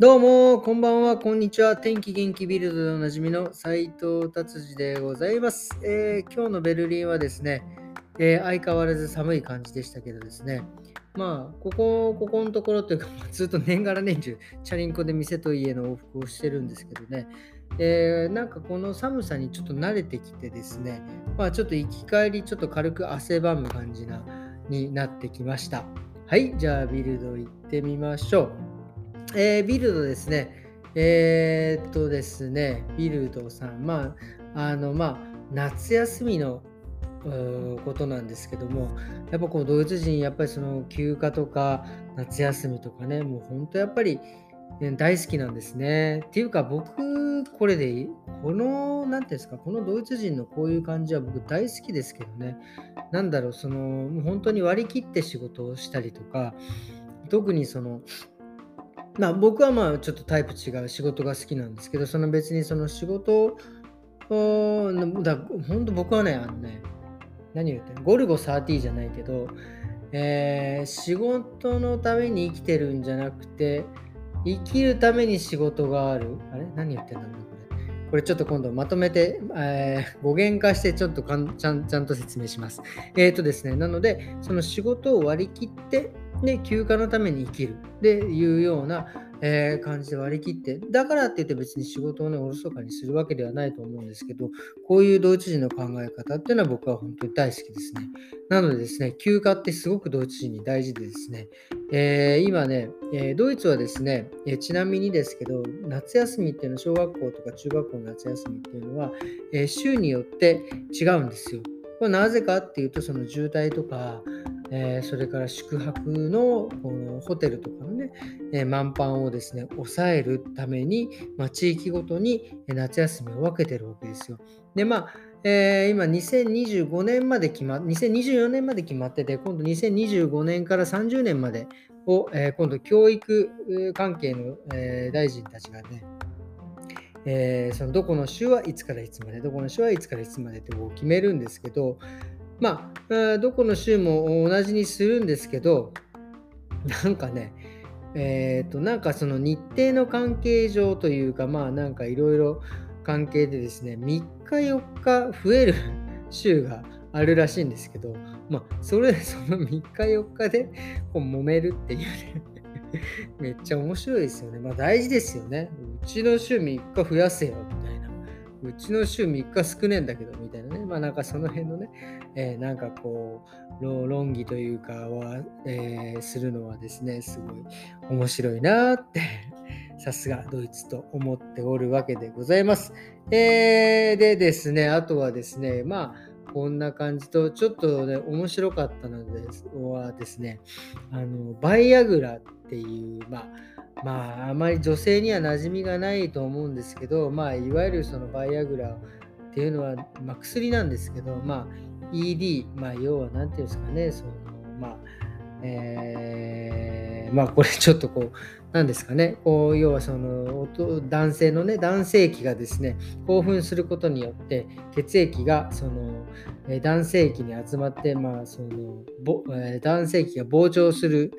どうも、こんばんは、こんにちは。天気元気ビルドでおなじみの斉藤達治でございます。今日のベルリンはですね、相変わらず寒い感じでしたけどですね、ここのところというか、ずっと年がら年中、チャリンコで店と家の往復をしてるんですけどね、なんかこの寒さにちょっと慣れてきてですね、ちょっと行き帰り、ちょっと軽く汗ばむ感じになってきました。はい、じゃあビルド行ってみましょう。ビルドですね。ですね、ビルドさん、夏休みのことなんですけども、やっぱこうドイツ人、やっぱりその休暇とか夏休みとかね、もう本当やっぱり、大好きなんですね。っていうか僕、これで、なんていうんですか、このドイツ人のこういう感じは僕大好きですけどね。なんだろう、もう本当に割り切って仕事をしたりとか、特に僕はちょっとタイプ違う仕事が好きなんですけど、別にその仕事を、ほんと僕はね、何を言ってるゴルゴ13じゃないけど、仕事のために生きてるんじゃなくて、生きるために仕事がある。あれ、何言ってんだろうな、これ。これちょっと今度まとめて、語源化してちょっとちゃんと説明します。ですね、なので、その仕事を割り切って、で、休暇のために生きるっていうような、感じで割り切って、だからって言って別に仕事をね、おろそかにするわけではないと思うんですけど、こういうドイツ人の考え方っていうのは僕は本当に大好きですね。なのでですね、休暇ってすごくドイツ人に大事でですね、今ね、ドイツはですね、ちなみにですけど、夏休みっていうのは小学校とか中学校の夏休みっていうのは、州によって違うんですよ。これなぜかっていうと、その渋滞とか、それから宿泊のこのホテルとかのね、満帆をですね、抑えるために、地域ごとに夏休みを分けてるわけですよ。で、今2025年まで2024年まで決まってて、今度2025年から30年までを、今度教育関係の、大臣たちがね、そのどこの州はいつからいつまで、どこの州はいつからいつまでってこう決めるんですけど、どこの州も同じにするんですけど、なんかね、なんかその日程の関係上というか、なんかいろいろ関係でですね、3日4日増える週があるらしいんですけど、その3日4日でこう揉めるっていうねめっちゃ面白いですよね。大事ですよね。うちの週3日増やせよみたいな。うちの週3日少ねえんだけどみたいなね。なんかその辺のね、なんかこう、論議というかは、するのはですね、すごい面白いなってさすがドイツと思っておるわけでございます。でですね、あとはですね、こんな感じと、ちょっとね、面白かったのですね、バイアグラっていう、あまり女性には馴染みがないと思うんですけど、いわゆるそのバイアグラっていうのは、薬なんですけど、ED、要は何ていうんですかね、これちょっとこう、なんですかね、こう、要は男性のね、男性器がですね、興奮することによって、血液が男性器に集まって、男性器が膨張する、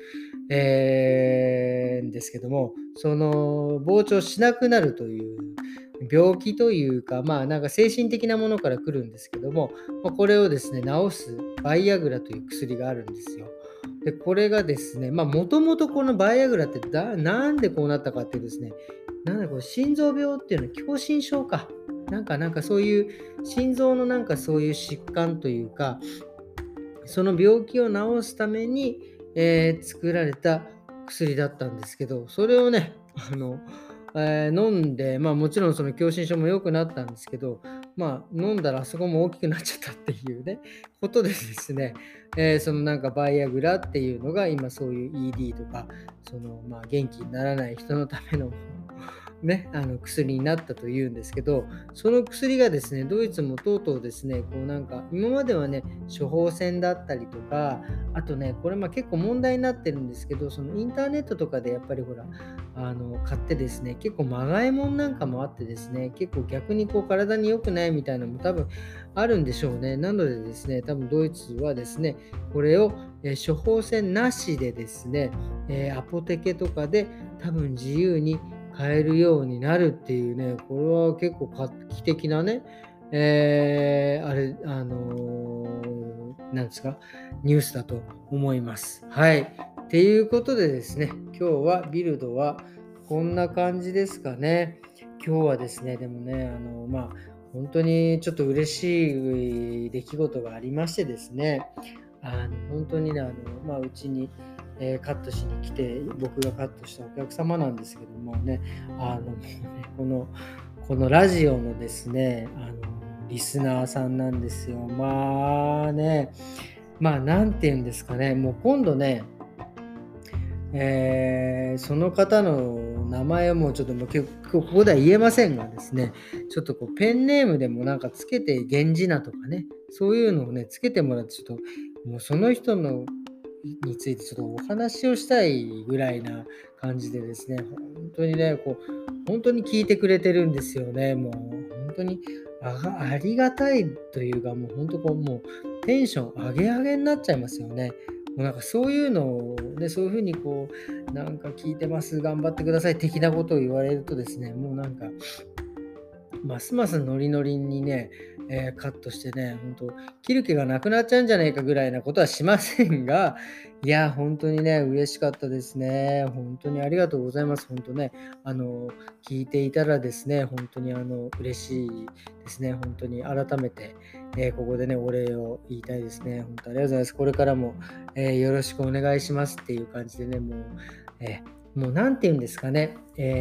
んですけども、その膨張しなくなるという病気というか、なんか精神的なものから来るんですけども、これをですね、治すバイアグラという薬があるんですよ。で、これがですね、もともとこのバイアグラってなんでこうなったかっていうとですね、なんだこう心臓病っていうのは狭心症か。なんかそういう心臓のなんかそういう疾患というか、その病気を治すために、作られた薬だったんですけど、それをね、飲んで、もちろんその狭心症も良くなったんですけど、飲んだらあそこも大きくなっちゃったっていうね、ことでですね、そのなんかバイアグラっていうのが今そういう ED とか、元気にならない人のためのね、薬になったというんですけど、その薬がですね、ドイツもとうとうですね、こうなんか、今まではね、処方箋だったりとか、あとね、これ結構問題になってるんですけど、そのインターネットとかでやっぱりほら、買ってですね、結構まがいもんなんかもあってですね、結構逆にこう体に良くないみたいなのも多分あるんでしょうね。なのでですね、多分ドイツはですね、これを、処方箋なしでですね、アポテケとかで多分自由に買えるようになるっていうね、これは結構画期的なね、あれ、なんですか、ニュースだと思います。はい。っていうことでですね、今日はビルドはこんな感じですかね。今日はですね、でもね、本当にちょっと嬉しい出来事がありましてですね、本当にね、うちに、カットしに来て、僕がカットしたお客様なんですけどもね、もうね、このラジオのですね、リスナーさんなんですよ。なんて言うんですかね、もう今度ね、その方の名前はもうちょっともうここでは言えませんがですね、ちょっとこうペンネームでもなんかつけて源氏名とかね、そういうのをね、つけてもらって、ちょっともうその人のについてちょっとお話をしたいぐらいな感じでですね、本当にね、本当に聞いてくれてるんですよね。もう本当にありがたいというか、もう本当もうテンション上げ上げになっちゃいますよね。もうなんかそういうのをね、そういう風になんか聞いてます、頑張ってください的なことを言われるとですね、もうなんかますますノリノリにね、カットしてね、本当切る気がなくなっちゃうんじゃないかぐらいなことはしませんが、いや、本当にね、嬉しかったですね。本当にありがとうございます。本当ね、聞いていたらですね、本当に嬉しいですね。本当に改めて、ここでね、お礼を言いたいですね。本当ありがとうございます。これからも、よろしくお願いしますっていう感じでね、もう何て言うんですかね、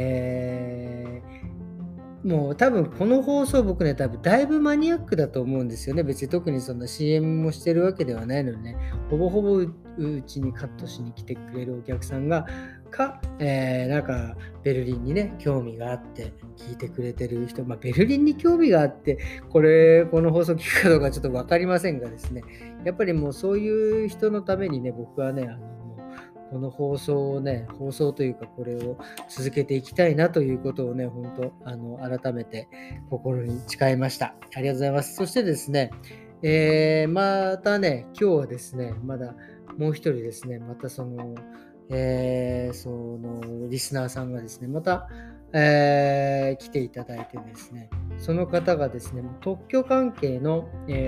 もう多分この放送僕ね、多分だいぶマニアックだと思うんですよね。別に特にそんな CM もしてるわけではないのにね、ほぼほぼうちにカットしに来てくれるお客さんなんかベルリンにね、興味があって聞いてくれてる人、ベルリンに興味があって、この放送聞くかどうかちょっと分かりませんがですね、やっぱりもうそういう人のためにね、僕はね、この放送というかこれを続けていきたいなということをね、本当改めて心に誓いました。ありがとうございます。そしてですね、またね、今日はですね、まだもう一人ですね、またそのリスナーさんがですね、また、来ていただいてですね、その方がですね、特許関係の、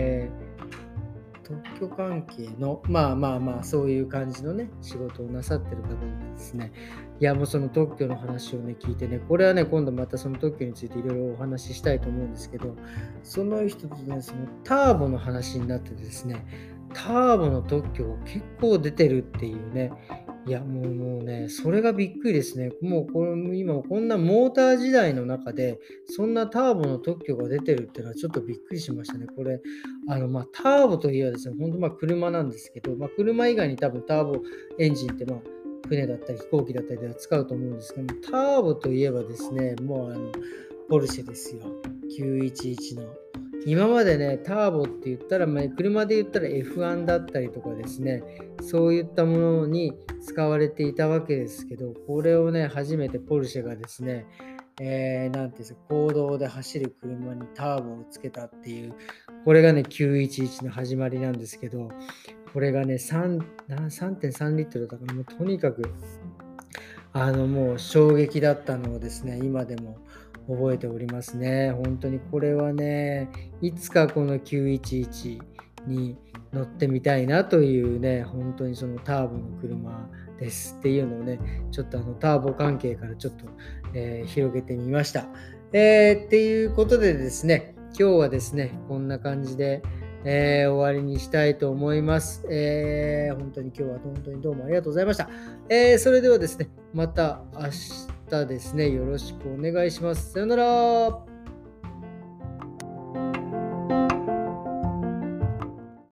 そういう感じのね、仕事をなさってる方でですね、いや、もうその特許の話をね、聞いてね、これはね、今度またその特許についていろいろお話ししたいと思うんですけど、その人とね、そのターボの話になってですね、ターボの特許が結構出てるっていうね、いや、もうね、それがびっくりですね。もう今こんなモーター時代の中で、そんなターボの特許が出てるっていうのはちょっとびっくりしましたね。これ、ターボといえばですね、本当車なんですけど、車以外に多分ターボエンジンって船だったり飛行機だったりでは使うと思うんですけども、ターボといえばですね、もうポルシェですよ。911の。今までね、ターボって言ったら、車で言ったら F1 だったりとかですね、そういったものに使われていたわけですけど、これをね、初めてポルシェがですね、なんていうんですか、公道で走る車にターボをつけたっていう、これがね、911の始まりなんですけど、これがね、3.3リットルだから、もうとにかく、もう衝撃だったのをですね、今でも覚えておりますね。本当にこれはね、いつかこの911に乗ってみたいなというね、本当にそのターボの車ですっていうのをね、ちょっとターボ関係からちょっと、広げてみました。っていうことでですね、今日はですね、こんな感じで、終わりにしたいと思います。本当に今日は本当にどうもありがとうございました。それではですね、また明日ですね、よろしくお願いします。さよなら。